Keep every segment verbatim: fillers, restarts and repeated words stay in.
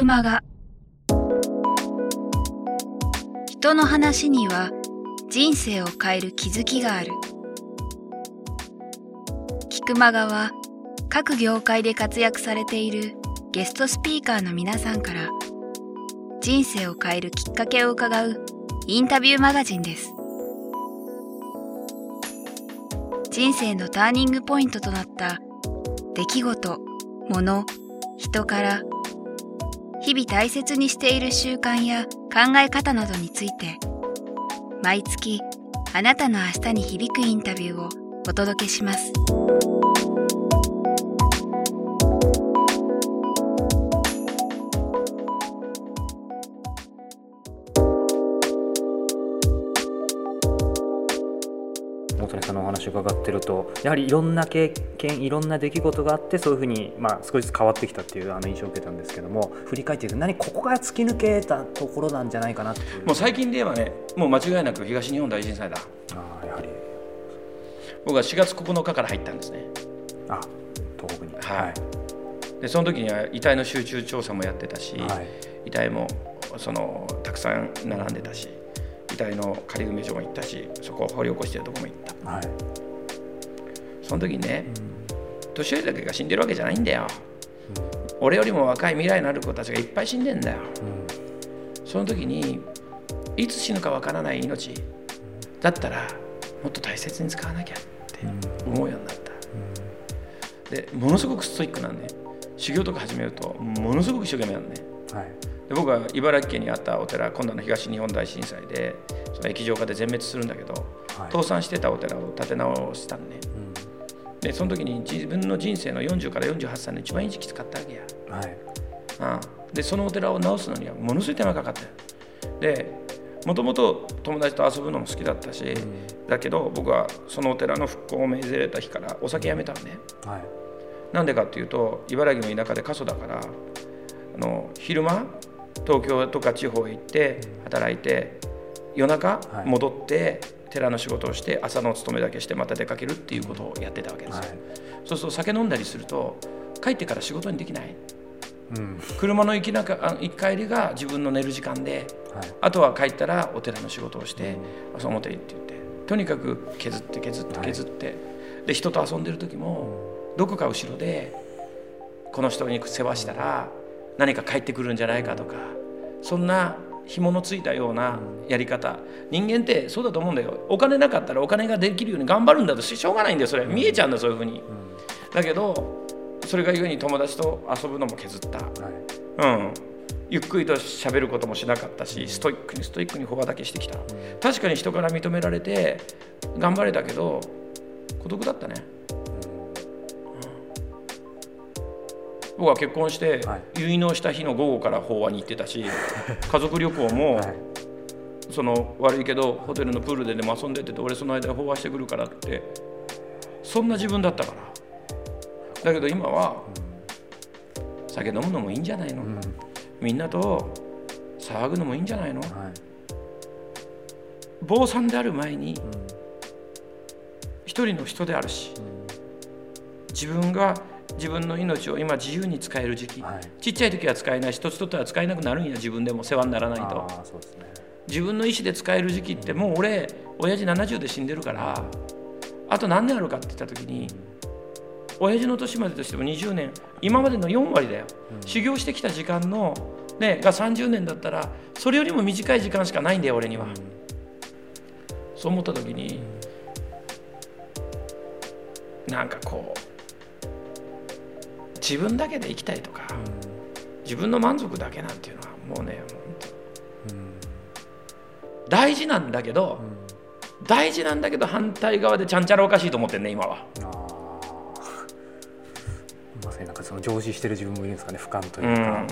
くまが。人の話には人生を変える気づきがある。キクマガは各業界で活躍されているゲストスピーカーの皆さんから人生を変えるきっかけを伺うインタビューマガジンです。人生のターニングポイントとなった出来事、物、人から日々大切にしている習慣や考え方などについて毎月あなたの明日に響くインタビューをお届けします。 大谷さんのお話を伺ってると、やはりいろんな経験、いろんな出来事があってそういうふうに、まあ、少しずつ変わってきたっていうあの印象を受けたんですけども、振り返っていて何ここが突き抜けたところなんじゃないかなっていう。 もう最近で言えばね、もう間違いなく東日本大震災だ。 あ、やはり僕はしがつここのかから入ったんですね。 あ、東北に。 はい、でその時には遺体の集中調査もやってたし、はい、遺体もそのたくさん並んでたし、遺体の仮埋め所も行ったし、そこを掘り起こしてるとこも行った、はい、その時にね、うん、年寄りだけが死んでるわけじゃないんだよ、うん、俺よりも若い未来のある子たちがいっぱい死んでんだよ、うん、その時にいつ死ぬかわからない命だったらもっと大切に使わなきゃって思うようになった、うん、でものすごくストイックなんで、修行とか始めるとものすごく一生懸命なんね、はい、で僕は茨城県にあったお寺、今度の東日本大震災でその液状化で全滅するんだけど、はい、倒産してたお寺を建て直したんね、うん、でその時に自分の人生のよんじゅうからよんじゅうはっさいの一番いい時期使ったわけや、はい、うん、でそのお寺を直すのにはものすごい手間かかったよ。でもともと友達と遊ぶのも好きだったし、うん、だけど僕はそのお寺の復興を命ぜられた日からお酒やめたのね、はい、なんでかっていうと茨城の田舎で過疎だから、あの昼間東京とか地方へ行って働いて、夜中戻って寺の仕事をして朝の勤めだけしてまた出かけるっていうことをやってたわけですよ、はい、そうすると酒飲んだりすると帰ってから仕事にできない、うん、車の行きなか行き帰りが自分の寝る時間で、はい、あとは帰ったらお寺の仕事をして、うん、朝表行って言ってとにかく削って削って削って、はい、で人と遊んでる時も、うん、どこか後ろでこの人に世話したら何か返ってくるんじゃないかとか、そんな紐のついたようなやり方、人間ってそうだと思うんだよ。お金なかったらお金ができるように頑張るんだとしょうがないんだよ。それ見えちゃうんだよ、そういうふうに。だけどそれがゆえに友達と遊ぶのも削った、はい、うん、ゆっくりと喋ることもしなかったし、ストイックにストイックにフォアだけしてきた。確かに人から認められて頑張れたけど孤独だったね。僕は結婚して結納した日の午後から法話に行ってたし、家族旅行もその悪いけどホテルのプールででも遊んでて、俺その間法話してくるからって、そんな自分だったから。だけど今は酒飲むのもいいんじゃないの、うん、みんなと騒ぐのもいいんじゃないの、はい、坊さんである前に一人の人であるし、自分が自分の命を今自由に使える時期、はい、ちっちゃい時は使えないし、年取ったら使えなくなるんや、自分でも世話にならないと。あ、そうですね、自分の意思で使える時期って、もう俺親父ななじゅうで死んでるから、あと何年あるかって言った時に、親父の年までとしてもにじゅうねん、今までのよんわりだよ、うん、修行してきた時間の、ね、がさんじゅうねんだったらそれよりも短い時間しかないんだよ俺には、うん、そう思った時に、なんかこう自分だけで生きたいとか、うん、自分の満足だけなんていうのはもうね、本当、うん、大事なんだけど、うん、大事なんだけど反対側でちゃんちゃらおかしいと思ってんね今は。あ、 まさになんかその常時してる自分もいるんですかね、俯瞰というか、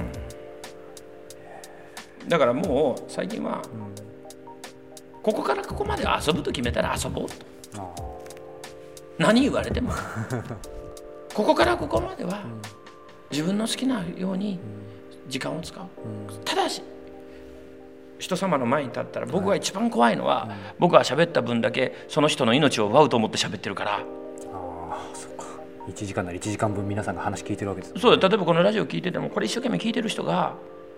うん、だからもう最近は、うん、ここからここまで遊ぶと決めたら遊ぼうと、あ、何言われてもここからここまでは自分の好きなように時間を使う、うん、ただし人様の前に立ったら僕が一番怖いのは、はい、僕が喋った分だけその人の命を奪うと思って喋ってるから。 あ、そっか、いちじかんなりいちじかんぶん皆さんが話聞いてるわけです、ね、 そうだ、例えばこのラジオ聞いててもこれ一生懸命聞いてる人が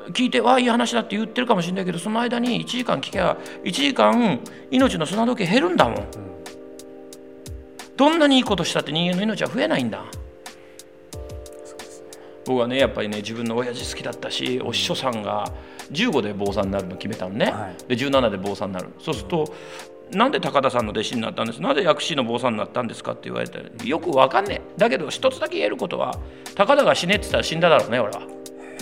聞いてわあいい話だって言ってるかもしれないけど、その間にいちじかん聞けばいちじかん命の砂時計減るんだもん、うん、どんなにいいことしたって人間の命は増えないんだ。そうですね、僕はねやっぱりね自分の親父好きだったし、お師匠さんがじゅうごで坊さんになるの決めたのね、はい、でじゅうななで坊さんになる。そうすると、うん、なんで高田さんの弟子になったんです、なぜ薬師の坊さんになったんですかって言われて、よく分かんねえ。だけど一つだけ言えることは、高田が死ねって言ったら死んだだろうね俺は。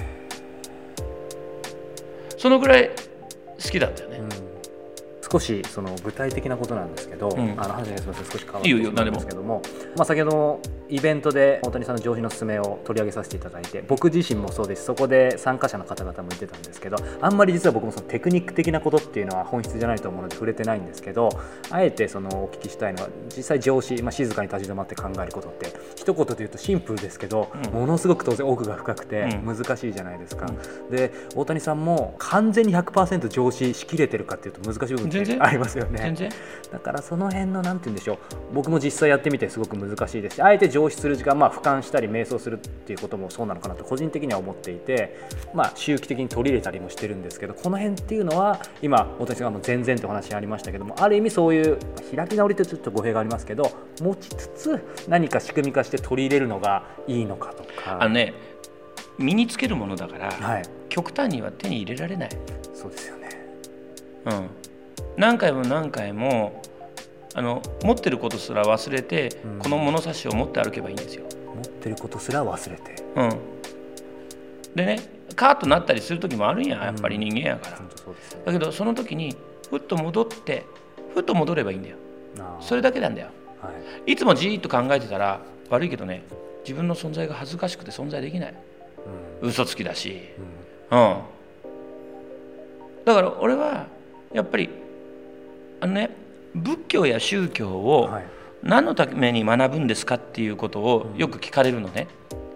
そのぐらい好きだったよね、うん、 少しその具体的なことなんですけど、うん、あの話がすみません少し変わってしまうんですけども、まあ、先ほどのイベントで大谷さんの上司の勧めを取り上げさせていただいて、僕自身もそうです、そこで参加者の方々も言ってたんですけど、あんまり実は僕もそのテクニック的なことっていうのは本質じゃないと思うので触れてないんですけど、あえてそのお聞きしたいのは、実際上司、まあ、静かに立ち止まって考えることって一言で言うとシンプルですけど、うん、ものすごく当然奥が深くて難しいじゃないですか、うん、で大谷さんも完全に ひゃくパーセント 上司しきれてるかっていうと難しい部分ってありますよね。 全然だからその辺のなんて言うんでしょう、僕も実際やってみてすごく難しいですし、あえて上司する時間、まあ俯瞰したり瞑想するっていうこともそうなのかなと個人的には思っていて、まあ周期的に取り入れたりもしてるんですけど、この辺っていうのは今大谷さんがもう全然ってお話ありましたけども、ある意味そういう開き直りってちょっと語弊がありますけど、持ちつつ何か仕組み化して取り入れるのがいいのかとか。 あのね、身につけるものだから、 はい、極端には手に入れられない。 そうですよね、 うん、何回も何回もあの持ってることすら忘れて、うん、この物差しを持って歩けばいいんですよ。 持ってることすら忘れて、 うん、でねカーッとなったりする時もあるんや、やっぱり人間やから、うん、そうですね、だけどその時にふっと戻ってふっと戻ればいいんだよ。それだけなんだよ、はい、いつもじーっと考えてたら悪いけどね、自分の存在が恥ずかしくて存在できない、うん、嘘つきだし、うんうん、だから俺はやっぱりあのね、仏教や宗教を何のために学ぶんですかっていうことをよく聞かれるのね、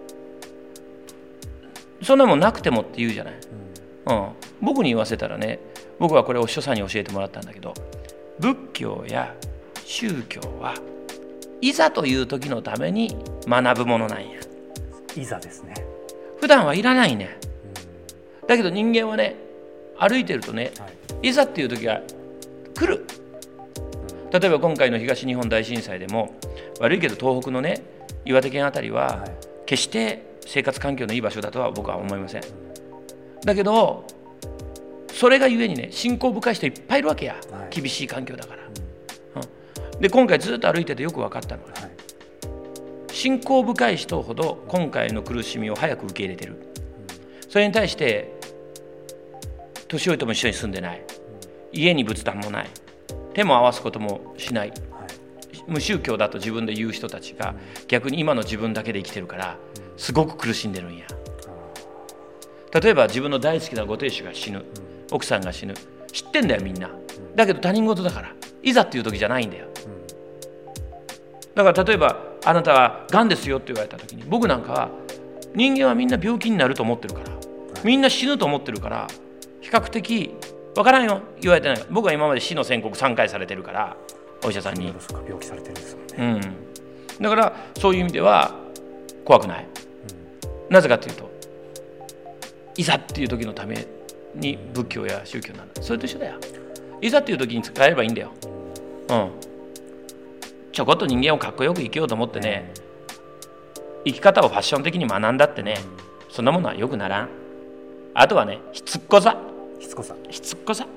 うん、そんなもんなくてもって言うじゃない、うんうん、僕に言わせたらね、僕はこれお師匠さんに教えてもらったんだけど、仏教や宗教はいざという時のために学ぶものなんや。 いざですね。 普段はいらないね、うん、だけど人間はね歩いてるとね、はい、いざっていう時が来る。例えば今回の東日本大震災でも、悪いけど東北のね岩手県あたりは決して生活環境のいい場所だとは僕は思いません。だけどそれがゆえにね信仰深い人いっぱいいるわけや、はい、厳しい環境だから、うん、で今回ずっと歩いててよく分かったのは、はい、信仰深い人ほど今回の苦しみを早く受け入れてる、うん、それに対して年寄りとも一緒に住んでない、うん、家に仏壇もない、手も合わすこともしない、はい、無宗教だと自分で言う人たちが逆に今の自分だけで生きてるからすごく苦しんでるんや。例えば自分の大好きなご亭主が死ぬ、奥さんが死ぬ、知ってんだよみんな。だけど他人事だから、いざっていう時じゃないんだよ。だから例えばあなたはがんですよって言われた時に、僕なんかは人間はみんな病気になると思ってるから、みんな死ぬと思ってるから、比較的分からんよ言われてない。僕は今まで死の宣告さんかいされてるから、お医者さんに。 病気されてるんですもんね、 うん、だからそういう意味では怖くない、うん、なぜかというといざっていう時のために仏教や宗教なんだ。それと一緒だよ。いざっていう時に使えればいいんだよ、うん、ちょこっと人間をかっこよく生きようと思ってね、生き方をファッション的に学んだってね、そんなものはよくならん。あとはね、しつっこさしつこさしつっこさ、うん、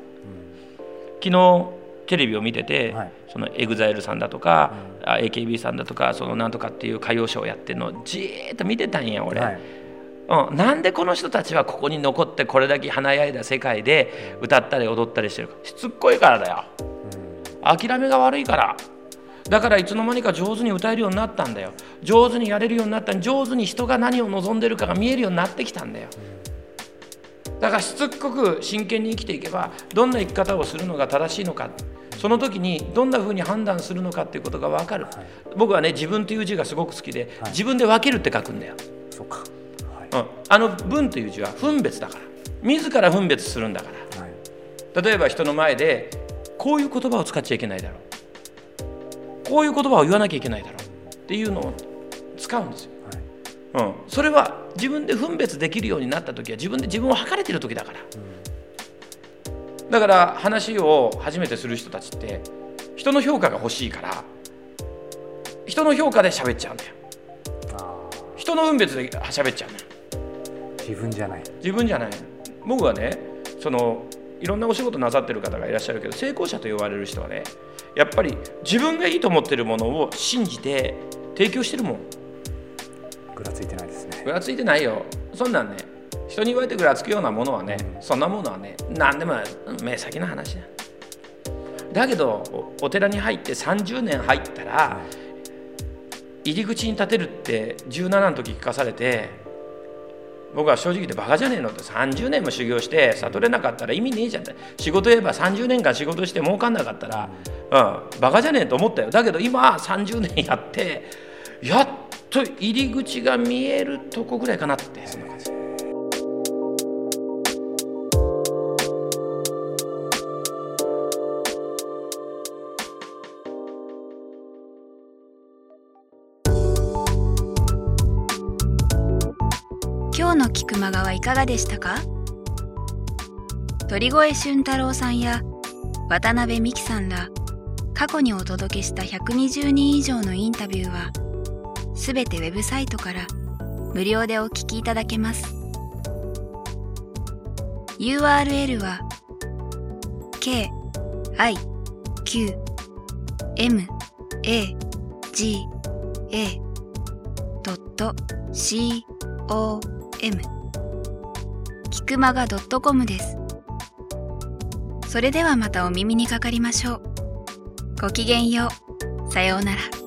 昨日テレビを見てて、はい、そのエグザイルさんだとか、うん、エーケービー さんだとか、そのなんとかっていう歌謡ショーをやってるのをじーっと見てたんや俺、はい、うん、なんでこの人たちはここに残ってこれだけ華やいだ世界で歌ったり踊ったりしてるか。しつっこいからだよ、うん、諦めが悪いから。だからいつの間にか上手に歌えるようになったんだよ。上手にやれるようになった。上手に人が何を望んでるかが見えるようになってきたんだよ。だからしつっこく真剣に生きていけば、どんな生き方をするのが正しいのか、その時にどんな風に判断するのかっていうことが分かる、はい、僕はね自分という字がすごく好きで、はい、自分で分けるって書くんだよ。 そうか、 はい、うん、あの分という字は分別だから、自ら分別するんだから、はい、例えば人の前でこういう言葉を使っちゃいけないだろう、こういう言葉を言わなきゃいけないだろうっていうのを使うんですよ、はい、 うん、それは自分で分別できるようになった時は自分で自分を測れてる時だから、うん、だから話を初めてする人たちって人の評価が欲しいから人の評価で喋っちゃうんだよ。人の分別で喋っちゃうね。 自分じゃない自分じゃない。僕はね、そのいろんなお仕事なさってる方がいらっしゃるけど、成功者と言われる人はね、やっぱり自分がいいと思ってるものを信じて提供してるもん。 ぐらついてないですね。 ぐらついてないよ。そんなんね、人に言われてぐらつくようなものはね、うん、そんなものはね、何でも目先の話だ。だけど お, お寺に入ってさんじゅうねん入ったら、はい、入り口に立てるってじゅうななの時聞かされて、僕は正直言ってバカじゃねえのって、さんじゅうねんも修行して悟れなかったら意味ねえじゃんって。仕事言えばさんじゅうねんかん仕事して儲かんなかったら、うん、バカじゃねえと思ったよ。だけど今さんじゅうねんやってやっと入り口が見えるとこぐらいかなって、そんな感じ。 今日の菊間川はいかがでしたか？鳥越俊太郎さんや渡辺美樹さんら過去にお届けしたひゃくにじゅうにん以上のインタビューはすべてウェブサイトから無料でお聞きいただけます。 ユーアールエル は ケーアイキューエムエージーエードットシーオーエム キクマガ .com です。それではまたお耳にかかりましょう。ごきげんよう。さようなら。